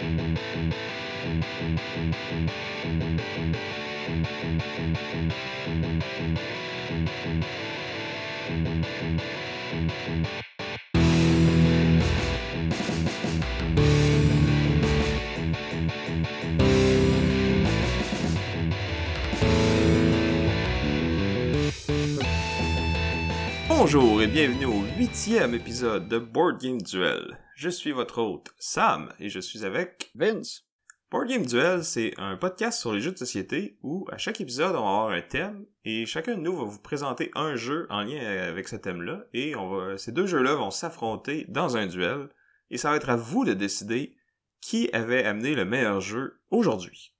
Bonjour et bienvenue au 8e épisode de Board Game Duel. Je suis votre hôte, Sam, et je suis avec Vince. Board Game Duel, c'est un podcast sur les jeux de société où, à chaque épisode, on va avoir un thème, et chacun de nous va vous présenter un jeu en lien avec ce thème-là, et ces deux jeux-là vont s'affronter dans un duel, et ça va être à vous de décider qui avait amené le meilleur jeu aujourd'hui.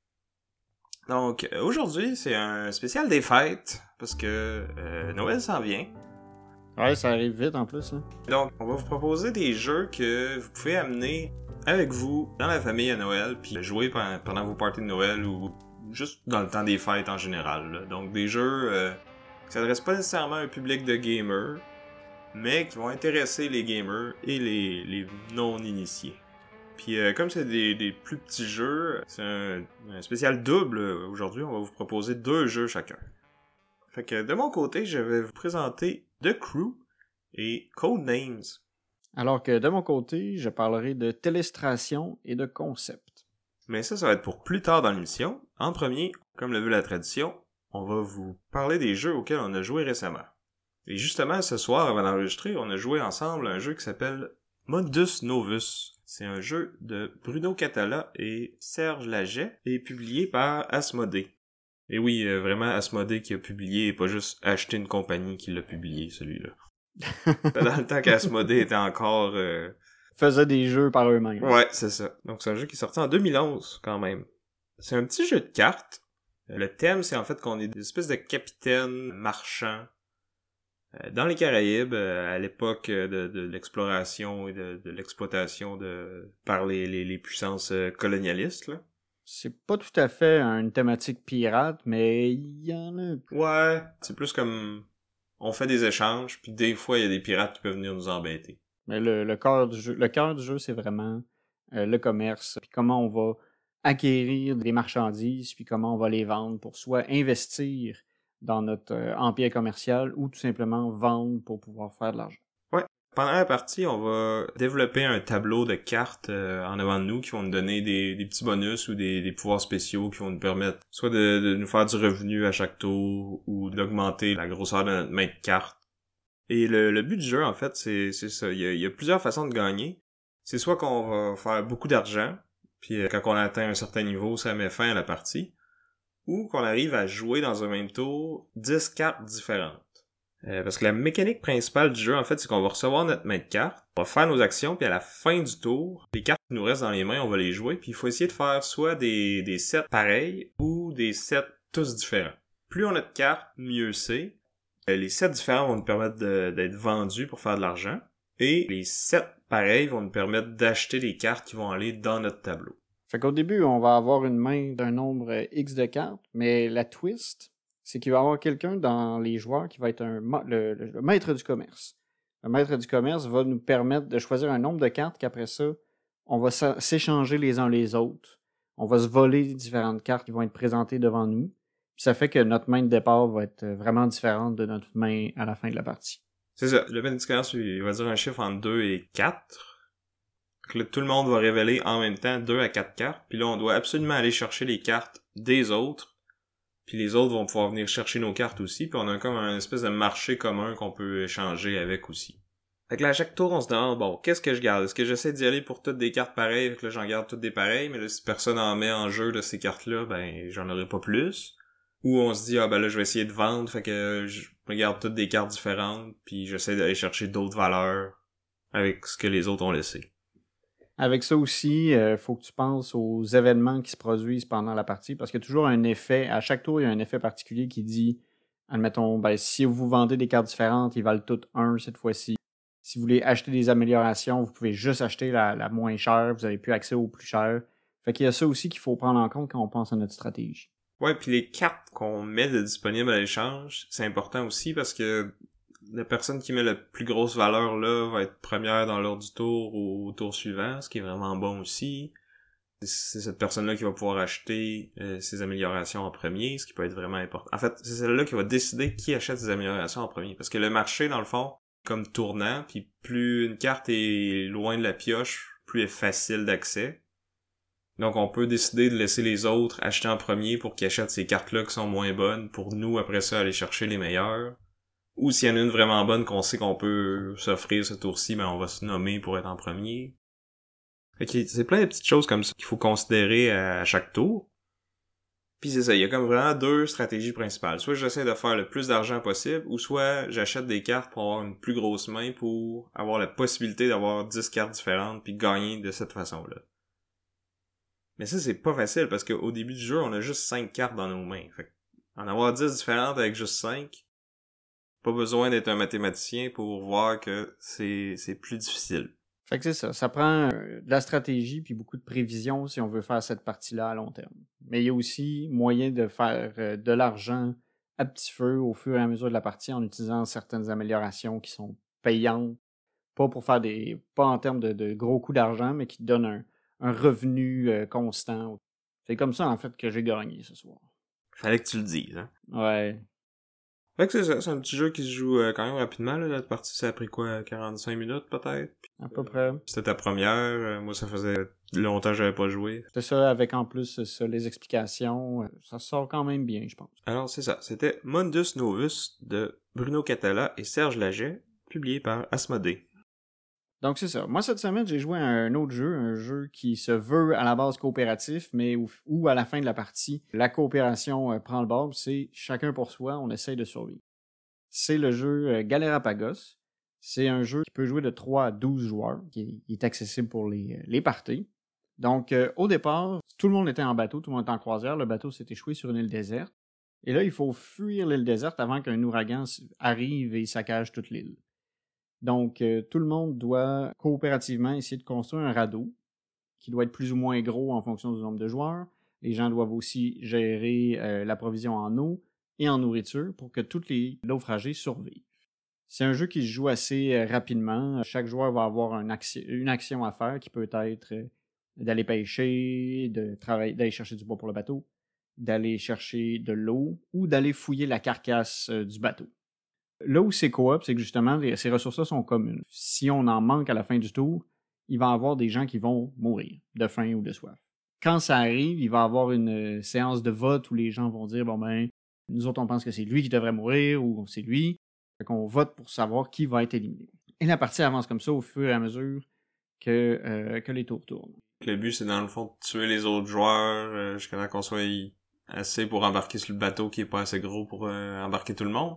Donc, aujourd'hui, c'est un spécial des fêtes, parce que Noël s'en vient. Ouais, ça arrive vite en plus. Hein. Donc, on va vous proposer des jeux que vous pouvez amener avec vous dans la famille à Noël, puis jouer pendant vos parties de Noël ou juste dans le temps des fêtes en général. Là. Donc, des jeux qui s'adressent pas nécessairement à un public de gamers, mais qui vont intéresser les gamers et les non-initiés. Puis comme c'est des plus petits jeux, c'est un spécial double aujourd'hui, on va vous proposer 2 jeux chacun. Fait que de mon côté, je vais vous présenter The Crew et Codenames. Alors que de mon côté, je parlerai de télestration et de concept. Mais ça va être pour plus tard dans l'émission. En premier, comme le veut la tradition, on va vous parler des jeux auxquels on a joué récemment. Et justement, ce soir, avant d'enregistrer, on a joué ensemble à un jeu qui s'appelle Mundus Novus. C'est un jeu de Bruno Catala et Serge Laget et publié par Asmodée. Et oui, vraiment Asmodée qui a publié et pas juste acheté une compagnie qui l'a publié, celui-là. Dans le temps qu'Asmodée était encore... Faisait des jeux par eux-mêmes. Ouais, c'est ça. Donc c'est un jeu qui est sorti en 2011, quand même. C'est un petit jeu de cartes. Le thème, c'est en fait qu'on est des espèces de capitaines marchands dans les Caraïbes, à l'époque de l'exploration et de l'exploitation par les puissances colonialistes, là. C'est pas tout à fait une thématique pirate, mais il y en a... Ouais, c'est plus comme... On fait des échanges, puis des fois, il y a des pirates qui peuvent venir nous embêter. Mais le cœur du jeu, c'est vraiment le commerce, puis comment on va acquérir des marchandises, puis comment on va les vendre pour soit investir dans notre empire commercial ou tout simplement vendre pour pouvoir faire de l'argent. Ouais. Pendant la partie, on va développer un tableau de cartes en avant de nous qui vont nous donner des petits bonus ou des pouvoirs spéciaux qui vont nous permettre soit de nous faire du revenu à chaque tour ou d'augmenter la grosseur de notre main de cartes. Et le but du jeu, en fait, c'est ça. Il y a plusieurs façons de gagner. C'est soit qu'on va faire beaucoup d'argent, puis quand on atteint un certain niveau, ça met fin à la partie, ou qu'on arrive à jouer dans un même tour 10 cartes différentes. Parce que la mécanique principale du jeu, en fait, c'est qu'on va recevoir notre main de cartes, on va faire nos actions, puis à la fin du tour, les cartes qui nous restent dans les mains, on va les jouer, puis il faut essayer de faire soit des sets pareils ou des sets tous différents. Plus on a de cartes, mieux c'est. Les sets différents vont nous permettre d'être vendus pour faire de l'argent, et les sets pareils vont nous permettre d'acheter des cartes qui vont aller dans notre tableau. Fait qu'au début, on va avoir une main d'un nombre X de cartes, mais la twist, c'est qu'il va y avoir quelqu'un dans les joueurs qui va être le maître du commerce. Le maître du commerce va nous permettre de choisir un nombre de cartes qu'après ça, on va s'échanger les uns les autres. On va se voler différentes cartes qui vont être présentées devant nous. Puis ça fait que notre main de départ va être vraiment différente de notre main à la fin de la partie. C'est ça. Le maître du commerce, il va dire un chiffre entre 2 et 4. Donc là, tout le monde va révéler en même temps 2 à 4 cartes. Puis là, on doit absolument aller chercher les cartes des autres. Puis les autres vont pouvoir venir chercher nos cartes aussi. Puis on a comme un espèce de marché commun qu'on peut échanger avec aussi. Fait que là, à chaque tour, on se demande, bon, qu'est-ce que je garde? Est-ce que j'essaie d'y aller pour toutes des cartes pareilles? Fait que là, j'en garde toutes des pareilles. Mais là, si personne en met en jeu de ces cartes-là, ben, j'en aurai pas plus. Ou on se dit, ah ben là, je vais essayer de vendre. Fait que je regarde toutes des cartes différentes. Puis j'essaie d'aller chercher d'autres valeurs avec ce que les autres ont laissé. Avec ça aussi, faut que tu penses aux événements qui se produisent pendant la partie, parce qu'il y a toujours un effet, à chaque tour, il y a un effet particulier qui dit, admettons, ben, si vous vendez des cartes différentes, ils valent toutes 1 cette fois-ci. Si vous voulez acheter des améliorations, vous pouvez juste acheter la moins chère, vous n'avez plus accès aux plus chères. Fait qu'il y a ça aussi qu'il faut prendre en compte quand on pense à notre stratégie. Ouais, puis les cartes qu'on met de disponibles à l'échange, c'est important aussi parce que la personne qui met la plus grosse valeur là va être première dans l'ordre du tour au tour suivant, ce qui est vraiment bon aussi. c'est cette personne-là qui va pouvoir acheter ses améliorations en premier, ce qui peut être vraiment important. En fait, c'est celle-là qui va décider qui achète ses améliorations en premier. Parce que le marché, dans le fond, comme tournant, puis plus une carte est loin de la pioche, plus elle est facile d'accès. Donc on peut décider de laisser les autres acheter en premier pour qu'ils achètent ces cartes-là qui sont moins bonnes, pour nous, après ça, aller chercher les meilleures. Ou s'il y en a une vraiment bonne qu'on sait qu'on peut s'offrir ce tour-ci, ben on va se nommer pour être en premier. Fait que c'est plein de petites choses comme ça qu'il faut considérer à chaque tour. Puis c'est ça, il y a comme vraiment deux stratégies principales. Soit j'essaie de faire le plus d'argent possible, ou soit j'achète des cartes pour avoir une plus grosse main pour avoir la possibilité d'avoir 10 cartes différentes puis gagner de cette façon-là. Mais ça, c'est pas facile parce qu'au début du jeu, on a juste 5 cartes dans nos mains. Fait en avoir 10 différentes avec juste 5, pas besoin d'être un mathématicien pour voir que c'est plus difficile. Fait que c'est ça. Ça prend de la stratégie puis beaucoup de prévision si on veut faire cette partie-là à long terme. Mais il y a aussi moyen de faire de l'argent à petit feu au fur et à mesure de la partie en utilisant certaines améliorations qui sont payantes. Pas pour faire pas en termes de gros coûts d'argent, mais qui te donnent un revenu constant. C'est comme ça, en fait, que j'ai gagné ce soir. Fallait que tu le dises, hein? Ouais. Fait que c'est ça, c'est un petit jeu qui se joue quand même rapidement, là. Notre partie, ça a pris quoi, 45 minutes, peut-être? À peu près. C'était ta première. Moi, ça faisait longtemps que j'avais pas joué. C'est ça, avec en plus ça, les explications. Ça sort quand même bien, je pense. Alors, c'est ça. C'était Mundus Novus de Bruno Catala et Serge Laget, publié par Asmodée. Donc c'est ça. Moi, cette semaine, j'ai joué à un autre jeu, un jeu qui se veut à la base coopératif, mais où à la fin de la partie, la coopération prend le bord, c'est chacun pour soi, on essaye de survivre. C'est le jeu Galerapagos. C'est un jeu qui peut jouer de 3 à 12 joueurs, qui est accessible pour les parties. Donc, au départ, tout le monde était en bateau, tout le monde était en croisière, le bateau s'est échoué sur une île déserte. Et là, il faut fuir l'île déserte avant qu'un ouragan arrive et saccage toute l'île. Donc, tout le monde doit coopérativement essayer de construire un radeau qui doit être plus ou moins gros en fonction du nombre de joueurs. Les gens doivent aussi gérer la provision en eau et en nourriture pour que tous les naufragés survivent. C'est un jeu qui se joue assez rapidement. Chaque joueur va avoir une action à faire qui peut être d'aller pêcher, d'aller chercher du bois pour le bateau, d'aller chercher de l'eau ou d'aller fouiller la carcasse du bateau. Là où c'est coop, c'est que justement, ces ressources-là sont communes. Si on en manque à la fin du tour, il va y avoir des gens qui vont mourir de faim ou de soif. Quand ça arrive, il va y avoir une séance de vote où les gens vont dire, bon ben, nous autres on pense que c'est lui qui devrait mourir ou c'est lui. Fait qu'on vote pour savoir qui va être éliminé. Et la partie avance comme ça au fur et à mesure que les tours tournent. Le but, c'est dans le fond de tuer les autres joueurs jusqu'à temps qu'on soit assez pour embarquer sur le bateau qui est pas assez gros pour embarquer tout le monde.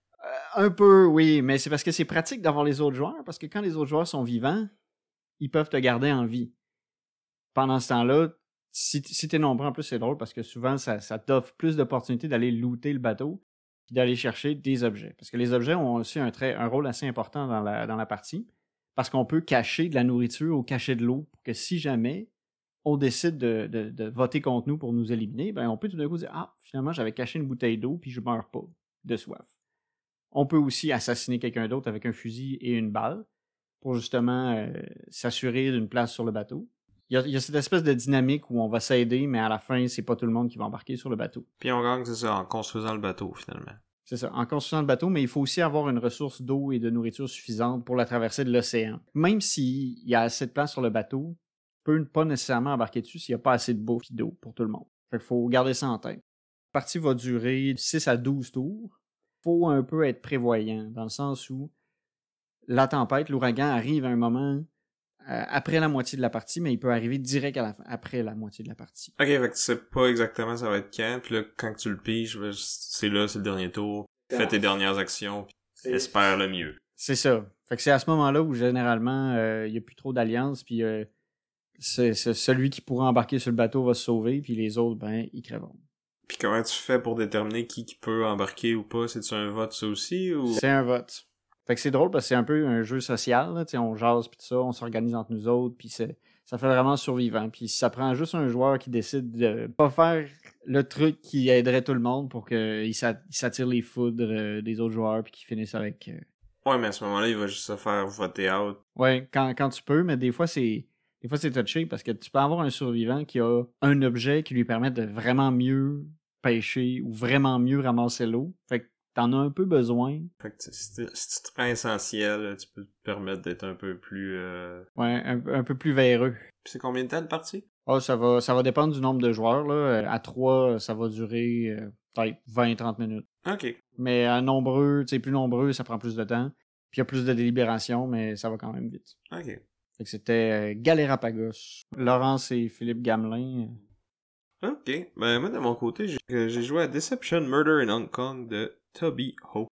Un peu, oui, mais c'est parce que c'est pratique d'avoir les autres joueurs, parce que quand les autres joueurs sont vivants, ils peuvent te garder en vie. Pendant ce temps-là, si t'es nombreux, en plus c'est drôle parce que souvent ça t'offre plus d'opportunités d'aller looter le bateau puis d'aller chercher des objets. Parce que les objets ont aussi un rôle assez important dans la partie, parce qu'on peut cacher de la nourriture ou cacher de l'eau pour que si jamais on décide de voter contre nous pour nous éliminer, ben on peut tout d'un coup dire « Ah, finalement j'avais caché une bouteille d'eau puis je meurs pas de soif. » On peut aussi assassiner quelqu'un d'autre avec un fusil et une balle pour justement s'assurer d'une place sur le bateau. Il y a cette espèce de dynamique où on va s'aider, mais à la fin, c'est pas tout le monde qui va embarquer sur le bateau. Puis on gagne, c'est ça, en construisant le bateau, finalement. C'est ça, en construisant le bateau, mais il faut aussi avoir une ressource d'eau et de nourriture suffisante pour la traversée de l'océan. Même s'il y a assez de place sur le bateau, on peut pas nécessairement embarquer dessus s'il n'y a pas assez de bouffe et d'eau pour tout le monde. Fait qu'il faut garder ça en tête. La partie va durer 6 à 12 tours. Faut un peu être prévoyant, dans le sens où la tempête, l'ouragan arrive à un moment après la moitié de la partie, mais il peut arriver direct après la moitié de la partie. Ok, fait que tu sais pas exactement ça va être quand, puis là, quand tu le piges, c'est le dernier tour. Fais tes dernières actions, puis espère le mieux. C'est ça. Fait que c'est à ce moment-là où, généralement, il y a plus trop d'alliances, puis c'est celui qui pourra embarquer sur le bateau va se sauver, puis les autres, ben, ils crèveront. Puis comment tu fais pour déterminer qui peut embarquer ou pas? C'est-tu un vote, ça aussi, ou... C'est un vote. Fait que c'est drôle parce que c'est un peu un jeu social, là, on jase pis tout ça, on s'organise entre nous autres, puis ça fait vraiment survivant. Puis ça prend juste un joueur qui décide de pas faire le truc qui aiderait tout le monde pour qu'il s'attire les foudres des autres joueurs puis qu'il finisse avec... Ouais, mais à ce moment-là, il va juste se faire voter out. Ouais, quand tu peux, mais des fois c'est des fois c'est touché parce que tu peux avoir un survivant qui a un objet qui lui permet de vraiment mieux pêcher ou vraiment mieux ramasser l'eau. Fait que t'en as un peu besoin. Fait que si tu te prends essentiel, tu peux te permettre d'être un peu plus... Ouais, un peu plus véreux. Puis c'est combien de temps de partie? Ah, ça va dépendre du nombre de joueurs, là. À 3, ça va durer peut-être 20-30 minutes. OK. Mais à nombreux, tu sais, plus nombreux, ça prend plus de temps. Puis il y a plus de délibération, mais ça va quand même vite. OK. Fait que c'était Galérapagos. Laurence et Philippe Gamelin. OK. Ben, moi, de mon côté, j'ai joué à Deception Murder in Hong Kong de Toby Hope.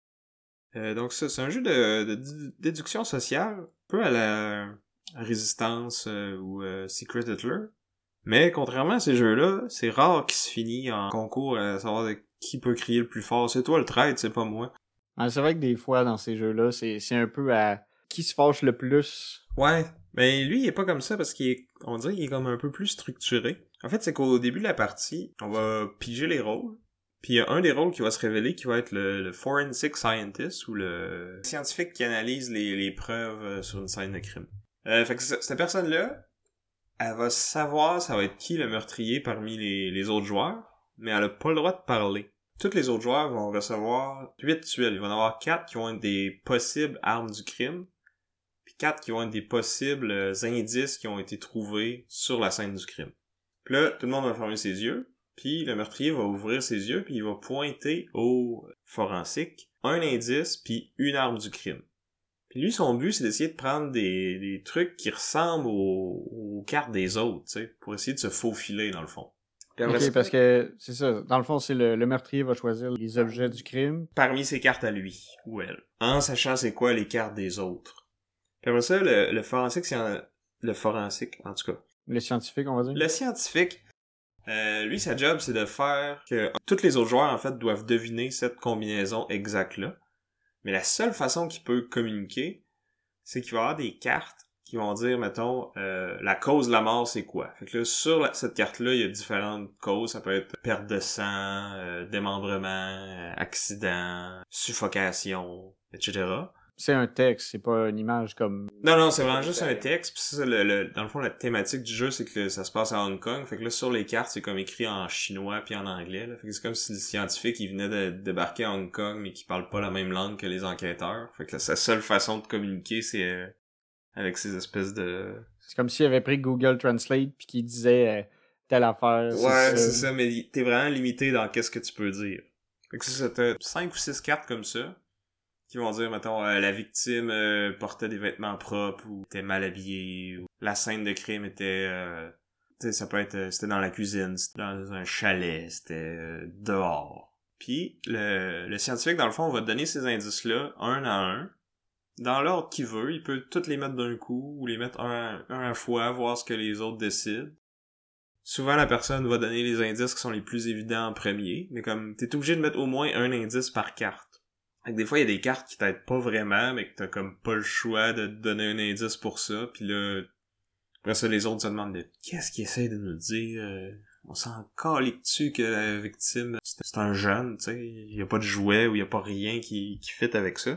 Donc, ça, c'est un jeu de déduction sociale, un peu à la Résistance ou Secret Hitler. Mais, contrairement à ces jeux-là, c'est rare qu'il se finit en concours à savoir qui peut crier le plus fort. C'est toi le traître, c'est pas moi. Ah, c'est vrai que des fois, dans ces jeux-là, c'est un peu à qui se fâche le plus. Ouais, mais lui, il est pas comme ça parce on dirait qu'il est comme un peu plus structuré. En fait, c'est qu'au début de la partie, on va piger les rôles. Puis il y a un des rôles qui va se révéler qui va être le forensic scientist ou le scientifique qui analyse les preuves sur une scène de crime. Fait que cette personne-là, elle va savoir ça va être qui le meurtrier parmi les autres joueurs, mais elle a pas le droit de parler. Tous les autres joueurs vont recevoir 8 tuiles. Il va y en avoir 4 qui vont être des possibles armes du crime, puis 4 qui vont être des possibles indices qui ont été trouvés sur la scène du crime. Puis là, tout le monde va fermer ses yeux, puis le meurtrier va ouvrir ses yeux, puis il va pointer au forensique un indice puis une arme du crime. Puis lui, son but, c'est d'essayer de prendre des trucs qui ressemblent aux cartes des autres, tu sais, pour essayer de se faufiler, dans le fond. Ok, parce que c'est ça. Dans le fond, c'est le meurtrier va choisir les objets du crime. Parmi ses cartes à lui, ou elle. En sachant c'est quoi les cartes des autres. Puis après ça, le forensique, le forensique, en tout cas. Le scientifique, on va dire. Le scientifique, lui, sa job, c'est de faire que tous les autres joueurs, en fait, doivent deviner cette combinaison exacte-là. Mais la seule façon qu'il peut communiquer, c'est qu'il va avoir des cartes qui vont dire, mettons, la cause de la mort, c'est quoi? Fait que là, sur cette carte-là, il y a différentes causes. Ça peut être perte de sang, démembrement, accident, suffocation, etc. C'est un texte, c'est pas une image comme... Non, c'est vraiment juste un texte. Puis ça, dans le fond, la thématique du jeu, c'est que ça se passe à Hong Kong. Fait que là, sur les cartes, c'est comme écrit en chinois puis en anglais. Là. Fait que c'est comme si le scientifique, il venait de débarquer à Hong Kong, mais qui parle pas la même langue que les enquêteurs. Fait que là, sa seule façon de communiquer, c'est avec ces espèces de... C'est comme s'il avait pris Google Translate puis qu'il disait telle affaire. Ouais, c'est ça, mais t'es vraiment limité dans qu'est-ce que tu peux dire. Fait que ça, t'as 5 ou 6 cartes comme ça. Qui vont dire, mettons, la victime portait des vêtements propres ou était mal habillée, ou la scène de crime était, tu sais, ça peut être, c'était dans la cuisine, c'était dans un chalet, c'était dehors. Puis, le scientifique, dans le fond, va donner ces indices-là, un à un, dans l'ordre qu'il veut. Il peut tous les mettre d'un coup, ou les mettre un à la fois, voir ce que les autres décident. Souvent, la personne va donner les indices qui sont les plus évidents en premier, mais comme, t'es obligé de mettre au moins un indice par carte. Fait que des fois, il y a des cartes qui t'aident pas vraiment, mais que t'as comme pas le choix de te donner un indice pour ça. Puis là, après ça, les autres se demandent qu'est-ce qu'ils essaient de nous dire. On s'en calique dessus que la victime, c'est un jeune, tu sais. Il y a pas de jouet ou il y a pas rien qui fit avec ça.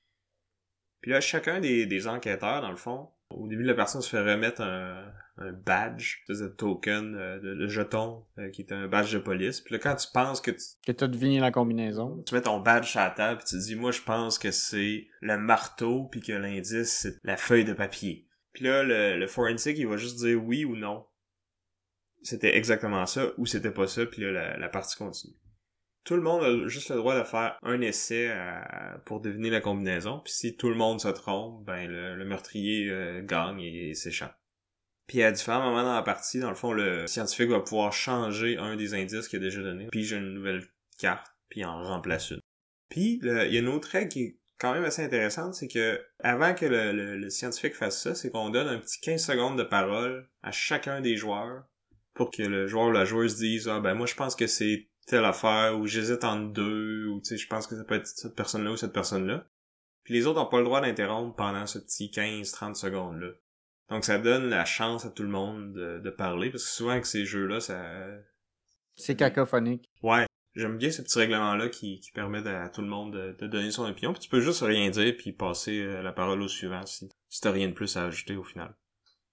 Puis là, chacun des enquêteurs, dans le fond, au début, la personne se fait remettre un badge, de token, de jeton, qui est un badge de police. Puis là, quand tu penses que t'as deviné la combinaison. Tu mets ton badge sur la table, puis tu te dis, moi, je pense que c'est le marteau, puis que l'indice, c'est la feuille de papier. Puis là, le forensic, il va juste dire oui ou non. C'était exactement ça, ou c'était pas ça, puis là, la partie continue. Tout le monde a juste le droit de faire un essai pour deviner la combinaison, puis si tout le monde se trompe, ben le meurtrier gagne et s'échappe. Puis à différents moments dans la partie, dans le fond, le scientifique va pouvoir changer un des indices qu'il a déjà donné, puis j'ai une nouvelle carte, puis en remplace une. Puis il y a une autre règle qui est quand même assez intéressante, c'est que avant que le scientifique fasse ça, c'est qu'on donne un petit 15 secondes de parole à chacun des joueurs pour que le joueur ou la joueuse dise « Ah ben moi je pense que c'est telle affaire » ou « J'hésite entre deux » ou « Tu sais, je pense que ça peut être cette personne-là ou cette personne-là ». Puis les autres n'ont pas le droit d'interrompre pendant ce petit 15-30 secondes-là. Donc ça donne la chance à tout le monde de parler, parce que souvent avec ces jeux-là, ça... C'est cacophonique. Ouais. J'aime bien ce petit règlement-là qui permet à tout le monde de donner son opinion, puis tu peux juste rien dire puis passer la parole au suivant si t'as rien de plus à ajouter au final.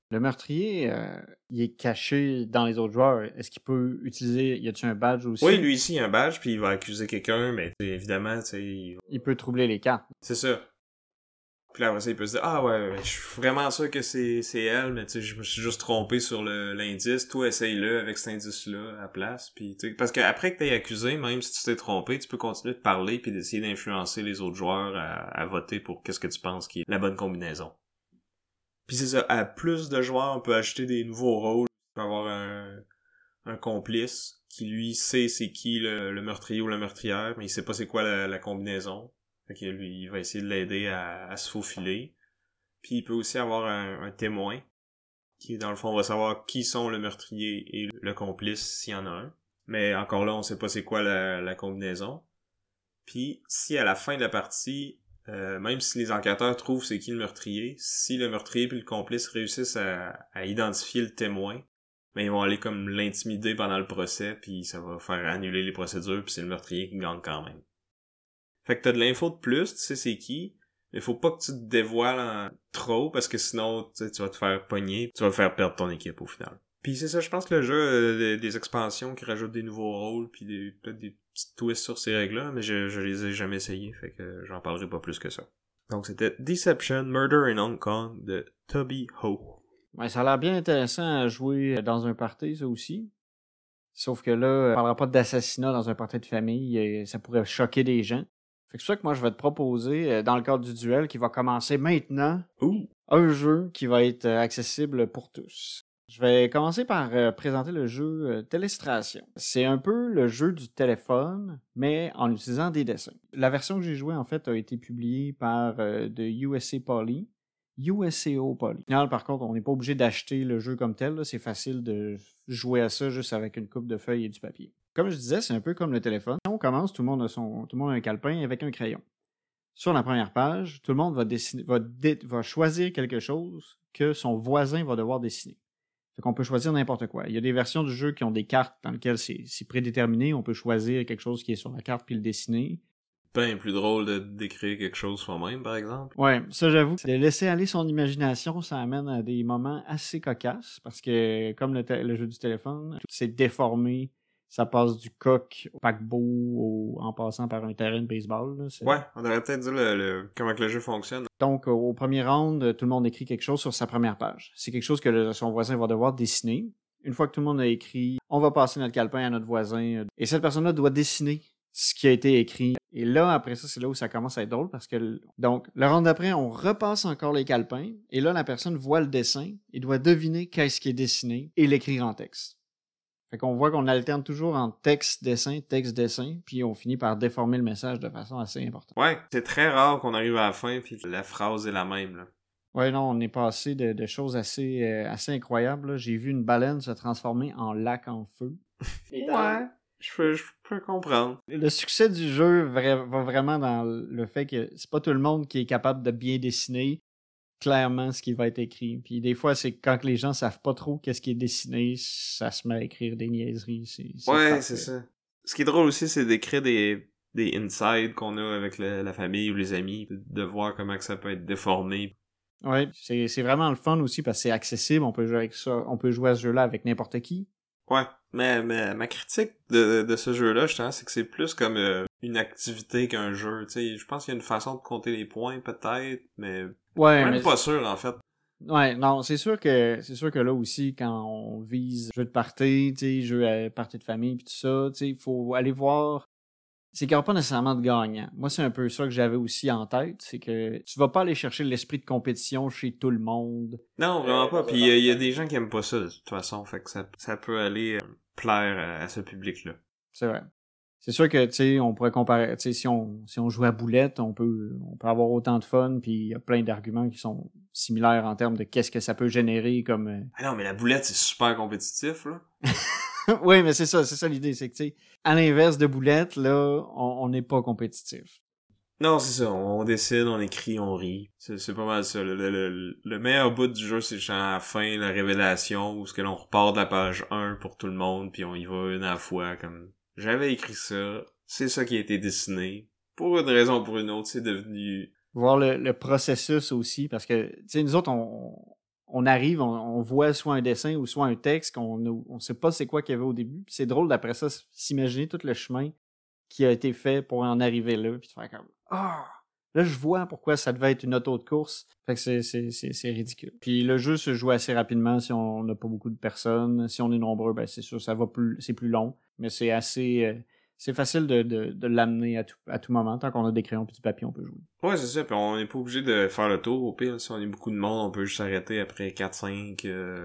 Le meurtrier, il est caché dans les autres joueurs. Est-ce qu'il peut utiliser... Y a-t-il un badge aussi? Oui, lui ici, il a un badge, puis il va accuser quelqu'un, mais évidemment, tu sais... Il peut troubler les cartes. C'est ça. Puis là, après ça, il peut se dire, ah ouais, je suis vraiment sûr que c'est elle, mais tu sais, je me suis juste trompé sur l'indice. Toi, essaye-le avec cet indice-là à la place. Puis, tu sais, parce qu'après que t'aies accusé, même si tu t'es trompé, tu peux continuer de parler puis d'essayer d'influencer les autres joueurs à voter pour qu'est-ce que tu penses qui est la bonne combinaison. Puis c'est ça, à plus de joueurs, on peut acheter des nouveaux rôles. On peut avoir un complice qui, lui, sait c'est qui le meurtrier ou la meurtrière, mais il sait pas c'est quoi la combinaison. Fait que lui, il va essayer de l'aider à se faufiler. Puis il peut aussi avoir un témoin qui, dans le fond, va savoir qui sont le meurtrier et le complice s'il y en a un. Mais encore là, on sait pas c'est quoi la combinaison. Puis si à la fin de la partie, même si les enquêteurs trouvent c'est qui le meurtrier, si le meurtrier puis le complice réussissent à identifier le témoin, ben ils vont aller comme l'intimider pendant le procès, puis ça va faire annuler les procédures, puis c'est le meurtrier qui gagne quand même. Fait que t'as de l'info de plus, tu sais c'est qui, mais faut pas que tu te dévoiles trop, parce que sinon tu vas te faire pogner, tu vas faire perdre ton équipe au final. Puis c'est ça, je pense que le jeu a des expansions qui rajoutent des nouveaux rôles, puis peut-être des petits twists sur ces règles-là, mais je les ai jamais essayés, fait que j'en parlerai pas plus que ça. Donc c'était Deception, Murder in Hong Kong de Toby Ho. Ouais, ça a l'air bien intéressant à jouer dans un party, ça aussi. Sauf que là, on parlera pas d'assassinat dans un party de famille, ça pourrait choquer des gens. Fait que c'est ça que moi je vais te proposer, dans le cadre du duel, qui va commencer maintenant, un jeu qui va être accessible pour tous. Je vais commencer par présenter le jeu Télestration. C'est un peu le jeu du téléphone, mais en utilisant des dessins. La version que j'ai jouée, en fait, a été publiée par de USO Poly. Par contre, on n'est pas obligé d'acheter le jeu comme tel. Là. C'est facile de jouer à ça juste avec une coupe de feuilles et du papier. Comme je disais, c'est un peu comme le téléphone. Quand on commence, tout le monde a un calepin avec un crayon. Sur la première page, tout le monde va choisir quelque chose que son voisin va devoir dessiner. Fait qu'on peut choisir n'importe quoi. Il y a des versions du jeu qui ont des cartes dans lesquelles c'est prédéterminé. On peut choisir quelque chose qui est sur la carte puis le dessiner. Ben plus drôle de décrire quelque chose soi-même, par exemple. Ouais, ça j'avoue. De laisser aller son imagination, ça amène à des moments assez cocasses parce que, comme le jeu du téléphone, tout s'est déformé. Ça passe du coq au paquebot en passant par un terrain de baseball. Là, ouais, on devrait peut-être dire comment que le jeu fonctionne. Donc, au premier round, tout le monde écrit quelque chose sur sa première page. C'est quelque chose que son voisin va devoir dessiner. Une fois que tout le monde a écrit, on va passer notre calepin à notre voisin. Et cette personne-là doit dessiner ce qui a été écrit. Et là, après ça, c'est là où ça commence à être drôle parce que, donc, le round d'après, on repasse encore les calepins. Et là, la personne voit le dessin et doit deviner qu'est-ce qui est dessiné et l'écrire en texte. Fait qu'on voit qu'on alterne toujours en texte-dessin, puis on finit par déformer le message de façon assez importante. Ouais, c'est très rare qu'on arrive à la fin puis la phrase est la même, là. Ouais, non, on est passé de choses assez incroyables, là. J'ai vu une baleine se transformer en lac en feu. Ouais, je peux comprendre. Le succès du jeu va vraiment dans le fait que c'est pas tout le monde qui est capable de bien dessiner clairement ce qui va être écrit. Puis des fois, c'est quand les gens savent pas trop qu'est-ce qui est dessiné, ça se met à écrire des niaiseries. C'est ouais, c'est ça. Ce qui est drôle aussi, c'est d'écrire des insides qu'on a avec la famille ou les amis, de voir comment que ça peut être déformé. Ouais, c'est vraiment le fun aussi parce que c'est accessible, on peut jouer avec ça, on peut jouer à ce jeu-là avec n'importe qui. Ouais, mais ma critique de ce jeu-là, justement, c'est que c'est plus comme une activité qu'un jeu. Tu sais, je pense qu'il y a une façon de compter les points peut-être, mais ouais, même pas sûr en fait. Ouais, non, c'est sûr que là aussi, quand on vise jeu de party, tu sais, jeu à party de famille pis tout ça, tu sais, il faut aller voir. C'est qu'il n'y aura pas nécessairement de gagnant. Moi, c'est un peu ça que j'avais aussi en tête, c'est que tu vas pas aller chercher l'esprit de compétition chez tout le monde. Non, vraiment pas. Puis il y a des gens qui aiment pas ça de toute façon, fait que ça peut aller plaire à ce public-là. C'est vrai. C'est sûr que, tu sais, on pourrait comparer, tu sais, si on joue à boulette, on peut avoir autant de fun, puis il y a plein d'arguments qui sont similaires en termes de qu'est-ce que ça peut générer comme... Ah non, mais la boulette, c'est super compétitif, là. Oui, mais c'est ça l'idée, c'est que, tu sais, à l'inverse de boulette, là, on n'est pas compétitif. Non, c'est ça, on décide, on écrit, on rit. C'est pas mal ça. Le meilleur bout du jeu, c'est à la fin, la révélation, où ce que l'on repart de la page 1 pour tout le monde, puis on y va une à la fois, comme... J'avais écrit ça, c'est ça qui a été dessiné. Pour une raison ou pour une autre, c'est devenu... Voir le processus aussi, parce que, tu sais, nous autres, on arrive, on voit soit un dessin ou soit un texte on sait pas c'est quoi qu'il y avait au début. Puis c'est drôle d'après ça, s'imaginer tout le chemin qui a été fait pour en arriver là, puis de faire comme là je vois pourquoi ça devait être une auto de course. Fait que c'est ridicule. Puis le jeu se joue assez rapidement si on n'a pas beaucoup de personnes. Si on est nombreux, ben c'est sûr c'est plus long, mais c'est assez c'est facile de l'amener à tout moment. Tant qu'on a des crayons et du papier, on peut jouer. Ouais, c'est ça, puis on n'est pas obligé de faire le tour. Au pire, si on est beaucoup de monde, on peut juste s'arrêter après 4-5...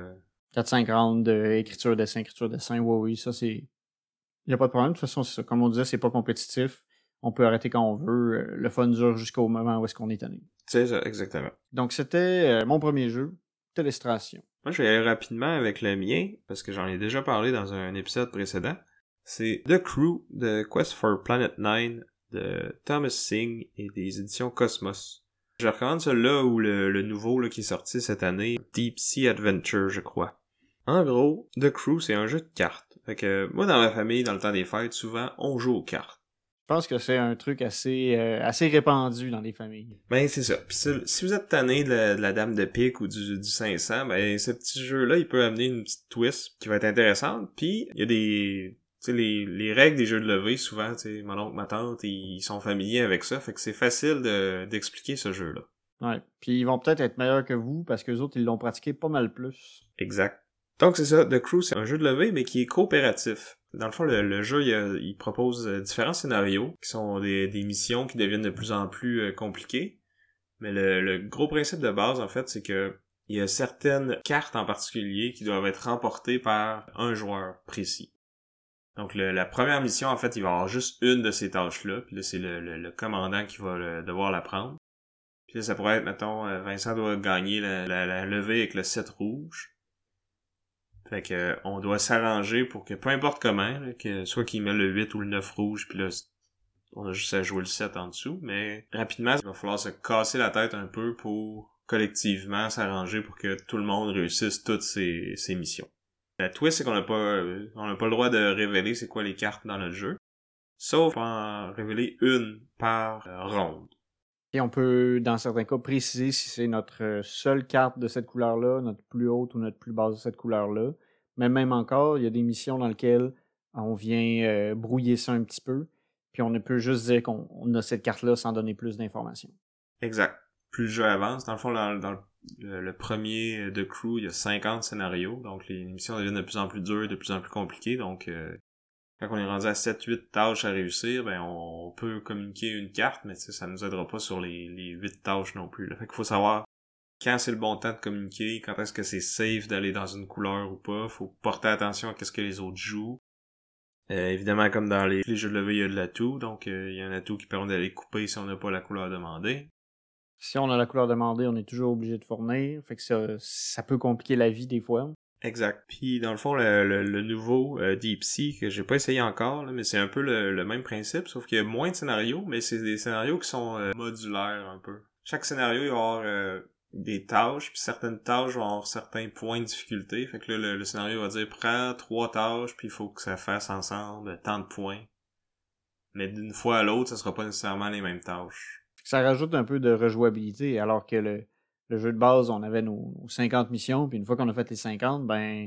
4-5 rounds d'écriture, dessin, oui, ça c'est... Il n'y a pas de problème, de toute façon, c'est ça. Comme on disait, c'est pas compétitif. On peut arrêter quand on veut. Le fun dure jusqu'au moment où est-ce qu'on est tanné. C'est ça, exactement. Donc c'était mon premier jeu, Télestration. Moi, je vais aller rapidement avec le mien, parce que j'en ai déjà parlé dans un épisode précédent. C'est The Crew de Quest for Planet 9 de Thomas Singh et des éditions Cosmos. Je recommande celui-là ou le nouveau là, qui est sorti cette année, Deep Sea Adventure, je crois. En gros, The Crew, c'est un jeu de cartes. Fait que moi, dans ma famille, dans le temps des fêtes, souvent, on joue aux cartes. Je pense que c'est un truc assez répandu dans les familles. Ben, c'est ça. Puis si vous êtes tanné de la dame de pique ou du 500, ben, ce petit jeu-là, il peut amener une petite twist qui va être intéressante. Puis, il y a des... Tu sais, les règles des jeux de levée, souvent, tu sais, mon oncle, ma tante, ils sont familiers avec ça. Fait que c'est facile d'expliquer ce jeu-là. Ouais. Puis, ils vont peut-être être meilleurs que vous parce qu'eux autres, ils l'ont pratiqué pas mal plus. Exact. Donc, c'est ça. The Crew, c'est un jeu de levée, mais qui est coopératif. Dans le fond, le jeu, il propose différents scénarios qui sont des missions qui deviennent de plus en plus compliquées. Mais le gros principe de base, en fait, c'est que il y a certaines cartes en particulier qui doivent être remportées par un joueur précis. Donc, la première mission, en fait, il va y avoir juste une de ces tâches-là. Puis là, c'est le commandant qui va devoir la prendre. Puis là, ça pourrait être, mettons, Vincent doit gagner la levée avec le 7 rouge. Fait que on doit s'arranger pour que peu importe comment, là, que soit qu'il met le 8 ou le 9 rouge, puis là on a juste à jouer le 7 en dessous, mais rapidement il va falloir se casser la tête un peu pour collectivement s'arranger pour que tout le monde réussisse toutes ses missions. La twist, c'est qu'on n'a pas le droit de révéler c'est quoi les cartes dans notre jeu, sauf en révéler une par ronde. Et on peut, dans certains cas, préciser si c'est notre seule carte de cette couleur-là, notre plus haute ou notre plus basse de cette couleur-là. Mais même encore, il y a des missions dans lesquelles on vient brouiller ça un petit peu, puis on ne peut juste dire qu'on a cette carte-là sans donner plus d'informations. Exact. Plus le jeu avance, dans le fond, dans le premier The Crew, il y a 50 scénarios, donc les missions deviennent de plus en plus dures, de plus en plus compliquées, donc quand on est rendu à 7-8 tâches à réussir, ben on peut communiquer une carte, mais ça nous aidera pas sur les 8 tâches non plus. Là. Fait qu'il faut savoir quand c'est le bon temps de communiquer, quand est-ce que c'est safe d'aller dans une couleur ou pas, faut porter attention à ce que les autres jouent. Évidemment, comme dans les jeux de levée, il y a de l'atout, donc il y a un atout qui permet d'aller couper si on n'a pas la couleur demandée. Si on a la couleur demandée, on est toujours obligé de fournir, fait que ça peut compliquer la vie des fois. Exact. Puis dans le fond, le nouveau Deep Sea, que j'ai pas essayé encore, là, mais c'est un peu le même principe, sauf qu'il y a moins de scénarios, mais c'est des scénarios qui sont modulaires un peu. Chaque scénario, il va y avoir des tâches, puis certaines tâches vont avoir certains points de difficulté. Fait que là, le scénario va dire prends 3 tâches, puis il faut que ça fasse ensemble tant de points. Mais d'une fois à l'autre, ça sera pas nécessairement les mêmes tâches. Ça rajoute un peu de rejouabilité, alors que le jeu de base, on avait nos 50 missions, puis une fois qu'on a fait les 50,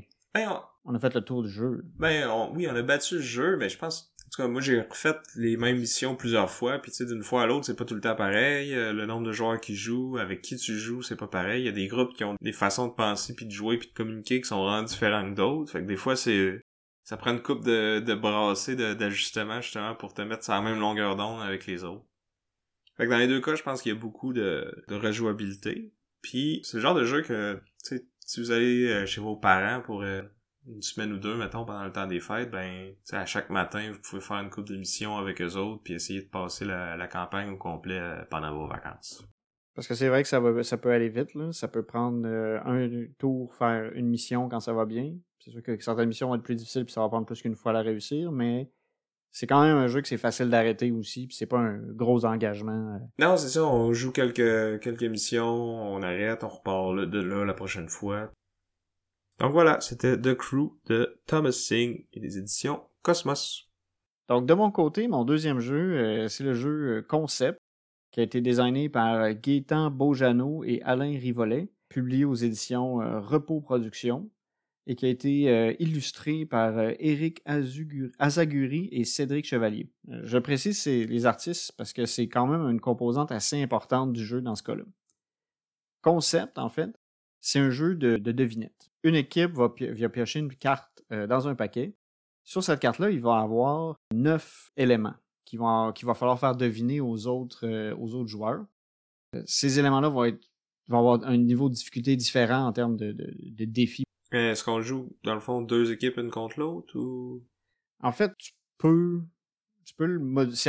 on a fait le tour du jeu. Oui, on a battu le jeu, mais je pense... En tout cas, moi, j'ai refait les mêmes missions plusieurs fois, puis tu sais, d'une fois à l'autre, c'est pas tout le temps pareil. Le nombre de joueurs qui jouent, avec qui tu joues, c'est pas pareil. Il y a des groupes qui ont des façons de penser, puis de jouer, puis de communiquer qui sont vraiment différents que d'autres. Fait que des fois, ça prend une couple de brassées d'ajustements, justement, pour te mettre sur la même longueur d'onde avec les autres. Fait que dans les deux cas, je pense qu'il y a beaucoup de rejouabilité. Puis c'est le genre de jeu que, tu sais, si vous allez chez vos parents pour une semaine ou deux, mettons, pendant le temps des fêtes, ben, tu sais, à chaque matin, vous pouvez faire une couple d'émissions avec eux autres, puis essayer de passer la campagne au complet pendant vos vacances. Parce que c'est vrai que ça peut aller vite, là. Ça peut prendre un tour, faire une mission quand ça va bien. C'est sûr que certaines missions vont être plus difficiles, puis ça va prendre plus qu'une fois à la réussir, mais c'est quand même un jeu que c'est facile d'arrêter aussi, puis c'est pas un gros engagement. Non, c'est ça, on joue quelques missions, on arrête, on repart de là la prochaine fois. Donc voilà, c'était The Crew de Thomas Singh et des éditions Cosmos. Donc de mon côté, mon deuxième jeu, c'est le jeu Concept, qui a été designé par Gaétan Beaujano et Alain Rivolet. publié aux éditions Repos Productions et qui a été illustré par Éric Azaguri et Cédric Chevalier. Je précise c'est les artistes parce que c'est quand même une composante assez importante du jeu dans ce cas-là. Concept, en fait, c'est un jeu de devinettes. Une équipe va piocher une carte dans un paquet. Sur cette carte-là, il va y avoir 9 éléments qu'il va falloir faire deviner aux autres joueurs. Ces éléments-là vont avoir un niveau de difficulté différent en termes de défis. Est-ce qu'on joue, dans le fond, 2 équipes une contre l'autre, ou... En fait, tu peux c'est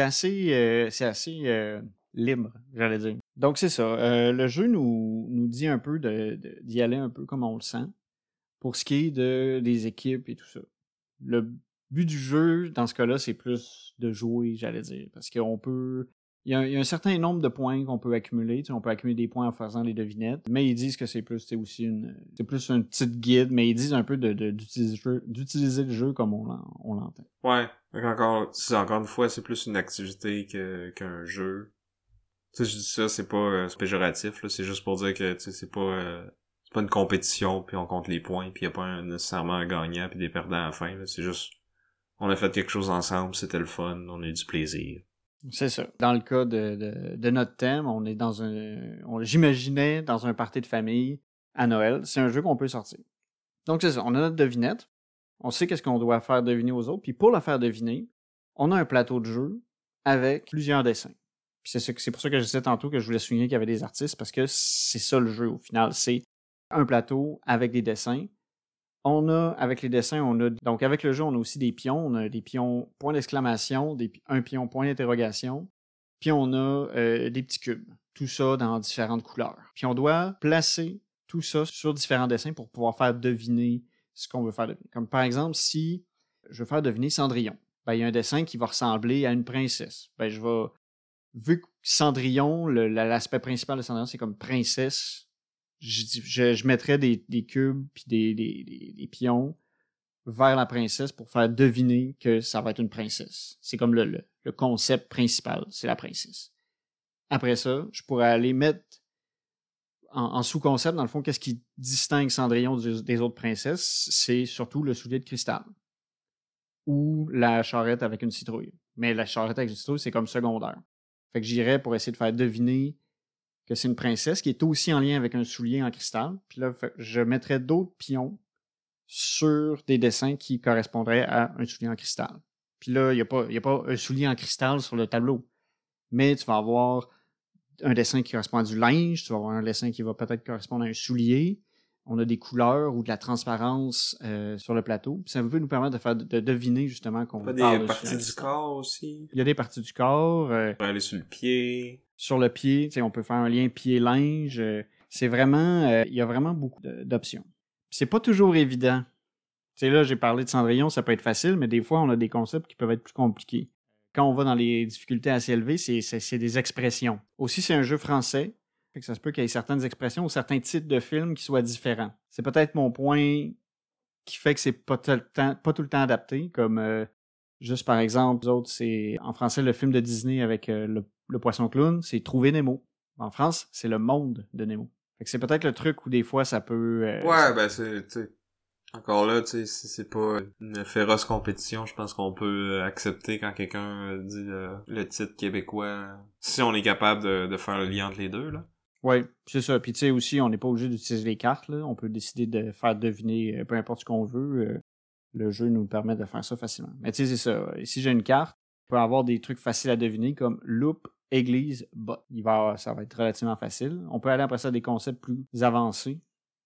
assez libre, j'allais dire. Donc, c'est ça. Le jeu nous dit un peu d'y aller un peu comme on le sent pour ce qui est des équipes et tout ça. Le but du jeu, dans ce cas-là, c'est plus de jouer, j'allais dire. Parce qu'on peut... Il y a un certain nombre de points qu'on peut accumuler. On peut accumuler des points en faisant des devinettes. Mais ils disent que c'est plus aussi c'est plus une petite guide, mais ils disent un peu d'utiliser le jeu comme on l'entend. Ouais. Encore une fois, c'est plus une activité qu'un jeu. Tu sais, je dis ça, c'est pas péjoratif, là. C'est juste pour dire que c'est pas une compétition, puis on compte les points, puis y a pas nécessairement un gagnant puis des perdants à la fin, là. C'est juste, on a fait quelque chose ensemble, c'était le fun, on a eu du plaisir. C'est ça. Dans le cas de notre thème, on est j'imaginais dans un party de famille à Noël. C'est un jeu qu'on peut sortir. Donc c'est ça, on a notre devinette. On sait qu'est-ce qu'on doit faire deviner aux autres. Puis pour la faire deviner, on a un plateau de jeu avec plusieurs dessins. Puis c'est pour ça que je disais tantôt que je voulais souligner qu'il y avait des artistes, parce que c'est ça le jeu au final. C'est un plateau avec des dessins. Avec les dessins, donc avec le jeu, on a aussi des pions. On a des pions point d'exclamation, un pion point d'interrogation. Puis on a des petits cubes. Tout ça dans différentes couleurs. Puis on doit placer tout ça sur différents dessins pour pouvoir faire deviner ce qu'on veut faire deviner. Comme par exemple, si je veux faire deviner Cendrillon, ben, il y a un dessin qui va ressembler à une princesse. Ben, vu que Cendrillon, l'aspect principal de Cendrillon, c'est comme princesse, je mettrais des cubes puis des pions vers la princesse pour faire deviner que ça va être une princesse. C'est comme le concept principal, c'est la princesse. Après ça, je pourrais aller mettre en sous-concept, dans le fond, qu'est-ce qui distingue Cendrillon des autres princesses? C'est surtout le soulier de cristal ou la charrette avec une citrouille. Mais la charrette avec une citrouille, c'est comme secondaire. Fait que j'irais pour essayer de faire deviner que c'est une princesse qui est aussi en lien avec un soulier en cristal. Puis là, je mettrais d'autres pions sur des dessins qui correspondraient à un soulier en cristal. Puis là, il n'y a pas un soulier en cristal sur le tableau. Mais tu vas avoir un dessin qui correspond à du linge, tu vas avoir un dessin qui va peut-être correspondre à un soulier. On a des couleurs ou de la transparence sur le plateau. Puis ça peut nous permettre de deviner justement qu'on parle des parties du corps aussi. Il y a des parties du corps. On peut aller sur le pied. Sur le pied, on peut faire un lien pied-linge. C'est vraiment... il y a vraiment beaucoup d'options. Puis c'est pas toujours évident. Là, j'ai parlé de Cendrillon, ça peut être facile, mais des fois, on a des concepts qui peuvent être plus compliqués. Quand on va dans les difficultés assez élevées, c'est des expressions. Aussi, c'est un jeu français. Fait que ça se peut qu'il y ait certaines expressions ou certains titres de films qui soient différents. C'est peut-être mon point qui fait que c'est pas tout le temps adapté. Comme, juste par exemple, les autres, c'est en français le film de Disney avec le poisson clown, c'est Trouver Nemo. En France, c'est Le Monde de Nemo. Fait que c'est peut-être le truc où des fois ça peut... ben c'est... Encore là, tu sais, si c'est pas une féroce compétition, je pense qu'on peut accepter quand quelqu'un dit le titre québécois, si on est capable de faire le lien entre les deux, là. Oui, c'est ça. Puis tu sais aussi, on n'est pas obligé d'utiliser les cartes, là. On peut décider de faire deviner peu importe ce qu'on veut. Le jeu nous permet de faire ça facilement. Mais tu sais, c'est ça. Si j'ai une carte, on peut avoir des trucs faciles à deviner comme loupe, église, bot. Ça va être relativement facile. On peut aller après ça à des concepts plus avancés.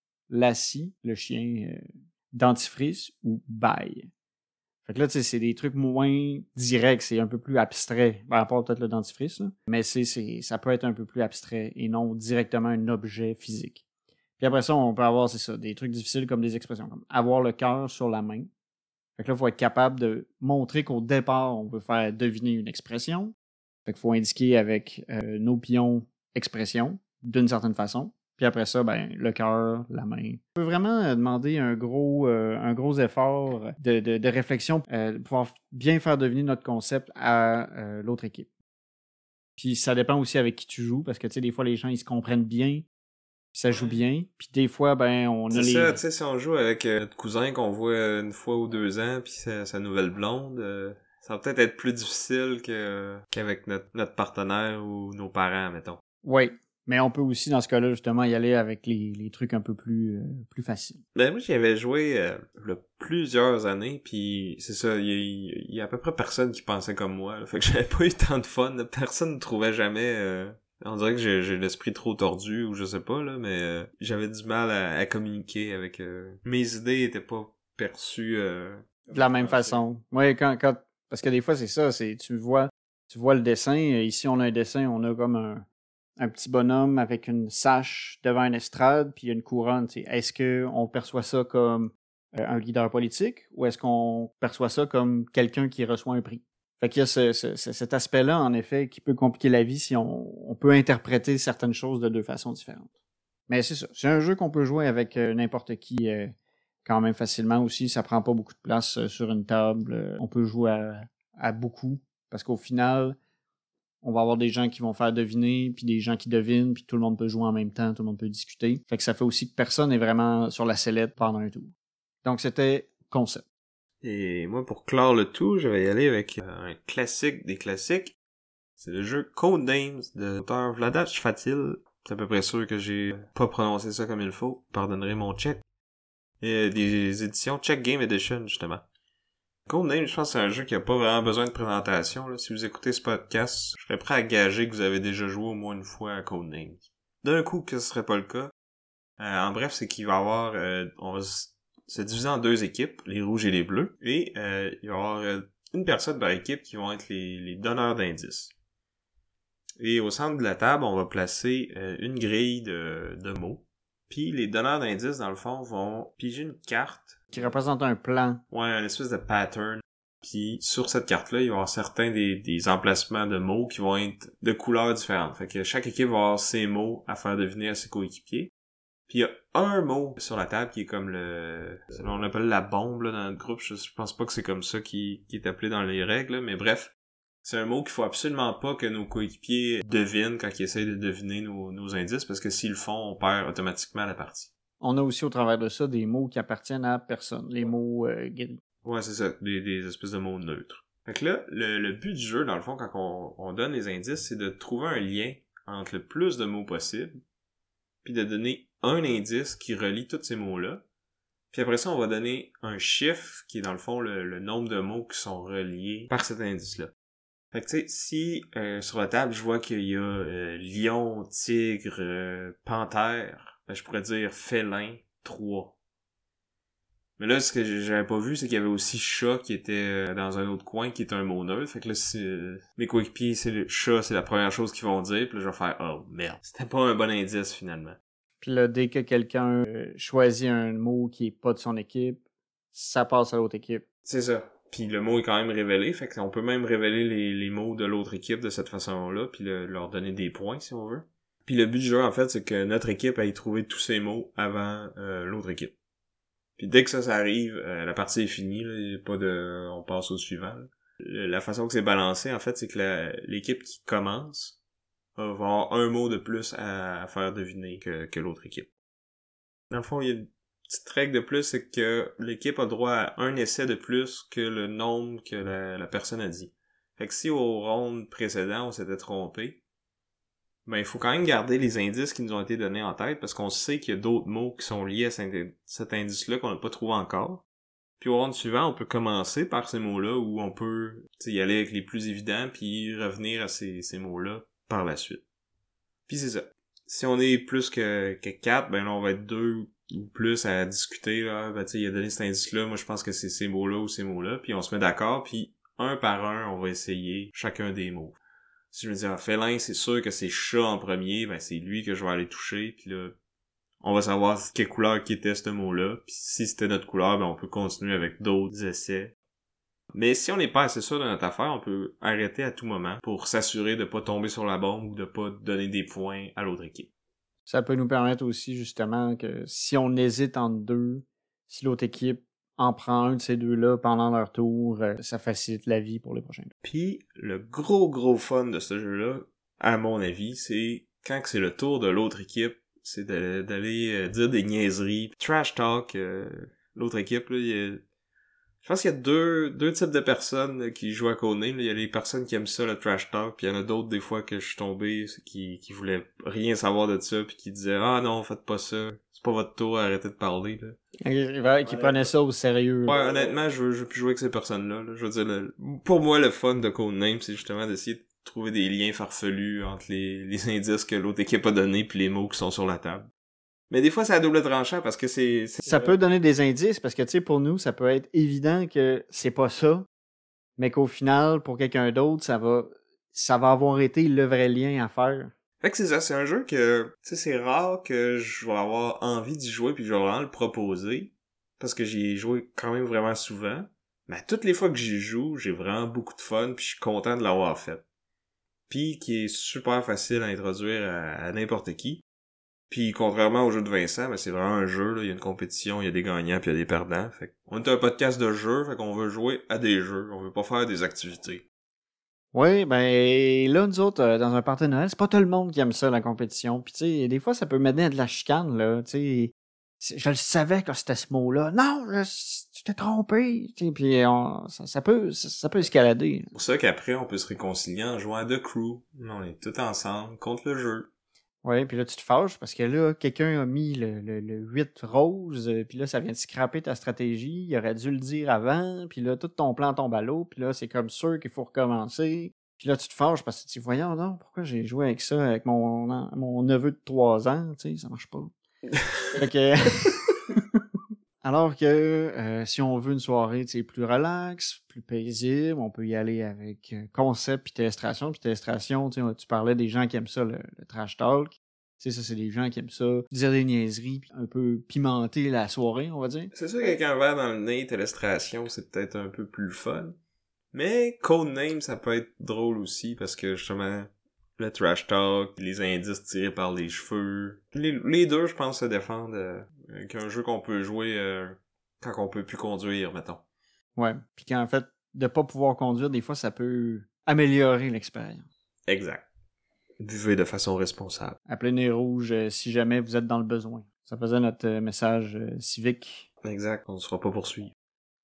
Lassie, le chien... dentifrice ou bail. Fait que là, tu sais, c'est des trucs moins directs, c'est un peu plus abstrait par rapport peut-être le dentifrice, là. Mais ça peut être un peu plus abstrait et non directement un objet physique. Puis après ça, on peut avoir, c'est ça, des trucs difficiles comme des expressions, comme avoir le cœur sur la main. Fait que là, il faut être capable de montrer qu'au départ, on veut faire deviner une expression. Fait qu'il faut indiquer avec nos pions expression d'une certaine façon. Puis après ça, ben, le cœur, la main. On peut vraiment demander un gros effort de réflexion pour pouvoir bien faire deviner notre concept à l'autre équipe. Puis ça dépend aussi avec qui tu joues, parce que tu sais, des fois, les gens, ils se comprennent bien Ça joue bien. Puis des fois, ben, on a C'est ça, tu sais, si on joue avec notre cousin qu'on voit une fois ou 2 ans, puis sa nouvelle blonde, ça va peut-être être plus difficile qu'avec notre partenaire ou nos parents, mettons. Oui, mais on peut aussi, dans ce cas-là, justement, y aller avec les trucs un peu plus faciles. Ben moi, j'y avais joué il y a plusieurs années, puis c'est ça, il y a à peu près personne qui pensait comme moi, là. Fait que j'avais pas eu tant de fun, là. Personne ne trouvait jamais... On dirait que j'ai l'esprit trop tordu ou je sais pas là, mais j'avais du mal à communiquer avec mes idées étaient pas perçues De la même façon. Oui, parce que des fois c'est ça, tu vois le dessin, ici on a un dessin, on a comme un petit bonhomme avec une sache devant une estrade puis il y a une couronne, tu sais. Est-ce que on perçoit ça comme un leader politique ou est-ce qu'on perçoit ça comme quelqu'un qui reçoit un prix? Fait qu'il y a cet aspect-là, en effet, qui peut compliquer la vie si on peut interpréter certaines choses de deux façons différentes. Mais c'est ça. C'est un jeu qu'on peut jouer avec n'importe qui quand même facilement aussi. Ça prend pas beaucoup de place sur une table. On peut jouer à beaucoup. Parce qu'au final, on va avoir des gens qui vont faire deviner, puis des gens qui devinent, puis tout le monde peut jouer en même temps, tout le monde peut discuter. Fait que ça fait aussi que personne n'est vraiment sur la sellette pendant un tour. Donc c'était Concept. Et moi, pour clore le tout, je vais y aller avec un classique des classiques. C'est le jeu Codenames de l'auteur Vlaada Chvátil. C'est à peu près sûr que j'ai pas prononcé ça comme il faut. Pardonnerez mon tchèque. Et des éditions Czech Game Edition, justement. Codenames, je pense que c'est un jeu qui a pas vraiment besoin de présentation, là. Si vous écoutez ce podcast, je serais prêt à gager que vous avez déjà joué au moins une fois à Codenames. D'un coup, que ce serait pas le cas. En bref, c'est qu'il va y avoir... on va se diviser en 2 équipes, les rouges et les bleus. Et il va y avoir une personne par équipe qui vont être les donneurs d'indices. Et au centre de la table, on va placer une grille de mots. Puis les donneurs d'indices, dans le fond, vont piger une carte. Qui représente un plan. Ouais, un espèce de pattern. Puis sur cette carte-là, il va y avoir certains des emplacements de mots qui vont être de couleurs différentes. Fait que chaque équipe va avoir ses mots à faire deviner à ses coéquipiers. Puis il y a un mot sur la table qui est comme on appelle la bombe là, dans notre groupe. Je pense pas que c'est comme ça qui est appelé dans les règles, là, mais bref. C'est un mot qu'il faut absolument pas que nos coéquipiers devinent quand ils essayent de deviner nos indices, parce que s'ils le font, on perd automatiquement la partie. On a aussi au travers de ça des mots qui appartiennent à personne, les mots gris. Ouais, c'est ça, des espèces de mots neutres. Fait que là, le but du jeu, dans le fond, quand on donne les indices, c'est de trouver un lien entre le plus de mots possible, puis de donner un indice qui relie tous ces mots-là. Puis après ça, on va donner un chiffre qui est dans le fond le nombre de mots qui sont reliés par cet indice-là. Fait que tu sais, si sur la table, je vois qu'il y a lion, tigre, panthère, ben, je pourrais dire félin 3. Mais là, ce que j'avais pas vu, c'est qu'il y avait aussi chat qui était dans un autre coin, qui est un mot neutre. Fait que là, si mes coéquipiers, c'est le chat, c'est la première chose qu'ils vont dire. Puis là, je vais faire « Oh, merde. » C'était pas un bon indice, finalement. Puis là, dès que quelqu'un choisit un mot qui est pas de son équipe, ça passe à l'autre équipe. C'est ça. Puis le mot est quand même révélé, fait qu'on peut même révéler les mots de l'autre équipe de cette façon-là, puis leur donner des points, si on veut. Puis le but du jeu, en fait, c'est que notre équipe aille trouver tous ces mots avant l'autre équipe. Puis dès que ça arrive, la partie est finie, là, y a pas de... on passe au suivant. La façon que c'est balancé, en fait, c'est que l'équipe qui commence va avoir un mot de plus à faire deviner que l'autre équipe. Dans le fond, il y a une petite règle de plus, c'est que l'équipe a droit à un essai de plus que le nombre que la personne a dit. Fait que si au round précédent, on s'était trompé, ben il faut quand même garder les indices qui nous ont été donnés en tête, parce qu'on sait qu'il y a d'autres mots qui sont liés à cet indice-là qu'on n'a pas trouvé encore. Puis au round suivant, on peut commencer par ces mots-là, ou on peut y aller avec les plus évidents, puis revenir à ces mots-là par la suite. Puis c'est ça. Si on est plus que 4, ben là, on va être 2 ou plus à discuter, là. Ben, tu sais, il a donné cet indice-là, moi, je pense que c'est ces mots-là ou ces mots-là. Puis on se met d'accord, puis un par un, on va essayer chacun des mots. Si je me dis, félin, c'est sûr que c'est chat en premier, ben c'est lui que je vais aller toucher, puis là, on va savoir quelle couleur qui était ce mot-là. Puis si c'était notre couleur, ben on peut continuer avec d'autres essais. Mais si on n'est pas assez sûr de notre affaire, on peut arrêter à tout moment pour s'assurer de pas tomber sur la bombe ou de pas donner des points à l'autre équipe. Ça peut nous permettre aussi, justement, que si on hésite entre deux, si l'autre équipe en prend un de ces deux-là pendant leur tour, ça facilite la vie pour les prochains tours. Puis, le gros fun de ce jeu-là, à mon avis, c'est quand c'est le tour de l'autre équipe c'est d'aller dire des niaiseries. Trash talk, l'autre équipe, là, je pense qu'il y a deux types de personnes là, qui jouent à Codename. Il y a les personnes qui aiment ça, le trash talk, puis il y en a d'autres des fois que je suis tombé qui voulaient rien savoir de ça, puis qui disaient « Ah non, faites pas ça, c'est pas votre tour, arrêtez de parler. » Qui prenaient ça au sérieux. Ouais, honnêtement, je veux plus jouer avec ces personnes-là. Là. Je veux dire, pour moi, le fun de Codename, c'est justement d'essayer de trouver des liens farfelus entre les indices que l'autre équipe a donnés puis les mots qui sont sur la table. Mais des fois, c'est à double tranchant parce que c'est... Ça peut donner des indices parce que, tu sais, pour nous, ça peut être évident que c'est pas ça, mais qu'au final, pour quelqu'un d'autre, ça va avoir été le vrai lien à faire. Fait que c'est ça, c'est un jeu que, tu sais, c'est rare que je vais avoir envie d'y jouer puis je vais vraiment le proposer parce que j'y ai joué quand même vraiment souvent. Mais toutes les fois que j'y joue, j'ai vraiment beaucoup de fun puis je suis content de l'avoir fait. Puis qui est super facile à introduire à n'importe qui. Puis contrairement au jeu de Vincent, ben c'est vraiment un jeu, là, il y a une compétition, il y a des gagnants puis il y a des perdants. Fait on est un podcast de jeux, fait qu'on veut jouer à des jeux, on veut pas faire des activités. Oui, ben là, nous autres, dans un party de Noël, c'est pas tout le monde qui aime ça, la compétition. Puis tu sais, des fois, ça peut mener à de la chicane, là, tu sais. Je le savais que c'était ce mot-là. Non, tu t'es trompé. Puis ça peut escalader. C'est pour ça qu'après, on peut se réconcilier en jouant à The Crew. On est tous ensemble contre le jeu. Ouais, puis là, tu te fâches parce que là, quelqu'un a mis le 8 rose, puis là, ça vient de scraper ta stratégie. Il aurait dû le dire avant, puis là, tout ton plan tombe à l'eau, puis là, c'est comme sûr qu'il faut recommencer. Puis là, tu te fâches parce que tu dis, voyons, non, pourquoi j'ai joué avec ça avec mon neveu de 3 ans, tu sais, ça marche pas. Fait que... Alors que si on veut une soirée plus relax, plus paisible, on peut y aller avec concept puis illustration. Puis illustration, tu parlais des gens qui aiment ça, le trash talk. Ça, c'est des gens qui aiment ça, dire des niaiseries, puis un peu pimenter la soirée, on va dire. C'est sûr qu'avec un verre dans le nez, illustration, c'est peut-être un peu plus fun. Mais Codename, ça peut être drôle aussi, parce que justement, le trash talk, les indices tirés par les cheveux. Les deux, je pense, se défendent avec un jeu qu'on peut jouer quand on peut plus conduire, mettons. Ouais, puis qu'en fait, de pas pouvoir conduire, des fois, ça peut améliorer l'expérience. Exact. Buvez de façon responsable. Appelez nez rouge si jamais vous êtes dans le besoin. Ça faisait notre message civique. Exact, on ne sera pas poursuivi.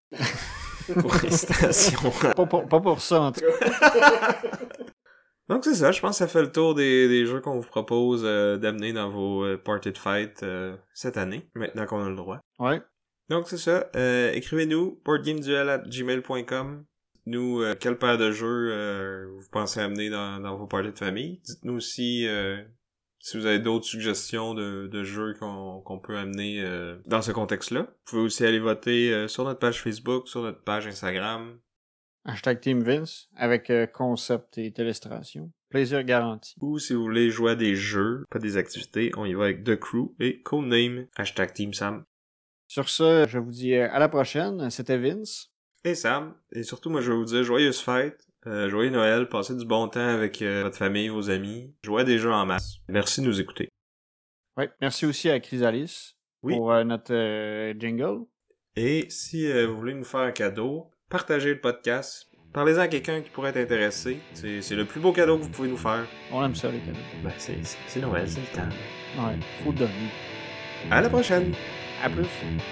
Pour arrestation. Pas pour ça, en tout cas. Donc c'est ça, je pense que ça fait le tour des jeux qu'on vous propose d'amener dans vos parties de fête cette année, maintenant qu'on a le droit. Ouais. Donc c'est ça, écrivez-nous, boardgameduel@gmail.com. Dites-nous quelle paire de jeux vous pensez amener dans vos parties de famille. Dites-nous aussi si vous avez d'autres suggestions de jeux qu'on peut amener dans ce contexte-là. Vous pouvez aussi aller voter sur notre page Facebook, sur notre page Instagram. #Team Vince avec concept et illustration. Plaisir garanti. Ou si vous voulez jouer à des jeux, pas des activités, on y va avec The Crew et Codename, #Team Sam. Sur ce, je vous dis à la prochaine. C'était Vince. Et Sam. Et surtout, moi, je vais vous dire joyeuses fêtes, joyeux Noël, passez du bon temps avec votre famille, vos amis, jouez à des jeux en masse. Merci de nous écouter. Ouais, merci aussi à Chrysalis pour notre jingle. Et si vous voulez nous faire un cadeau, partagez le podcast. Parlez-en à quelqu'un qui pourrait être intéressé. C'est le plus beau cadeau que vous pouvez nous faire. On aime ça, les cadeaux. Ben, c'est Noël, c'est le temps. Ouais, faut donner. À la prochaine! À plus!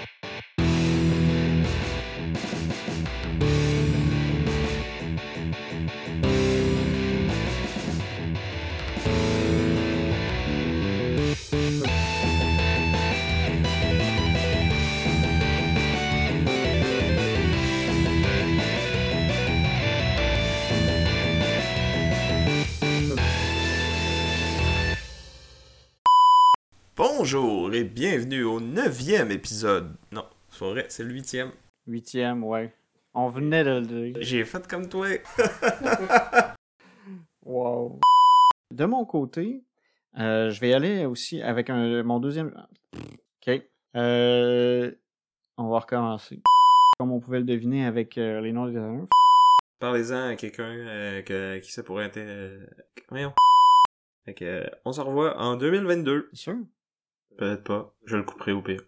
Bonjour et bienvenue au 9e épisode. Non, c'est pas vrai, c'est le 8e. 8e, ouais. On venait de le dire. J'ai fait comme toi. Wow. De mon côté, je vais y aller aussi avec mon deuxième... OK. On va recommencer. Comme on pouvait le deviner avec les noms des uns. Parlez-en à quelqu'un qui ça pourrait être... Voyons. Fait que, on se revoit en 2022. C'est sûr? Peut-être pas. Je le couperai au pire.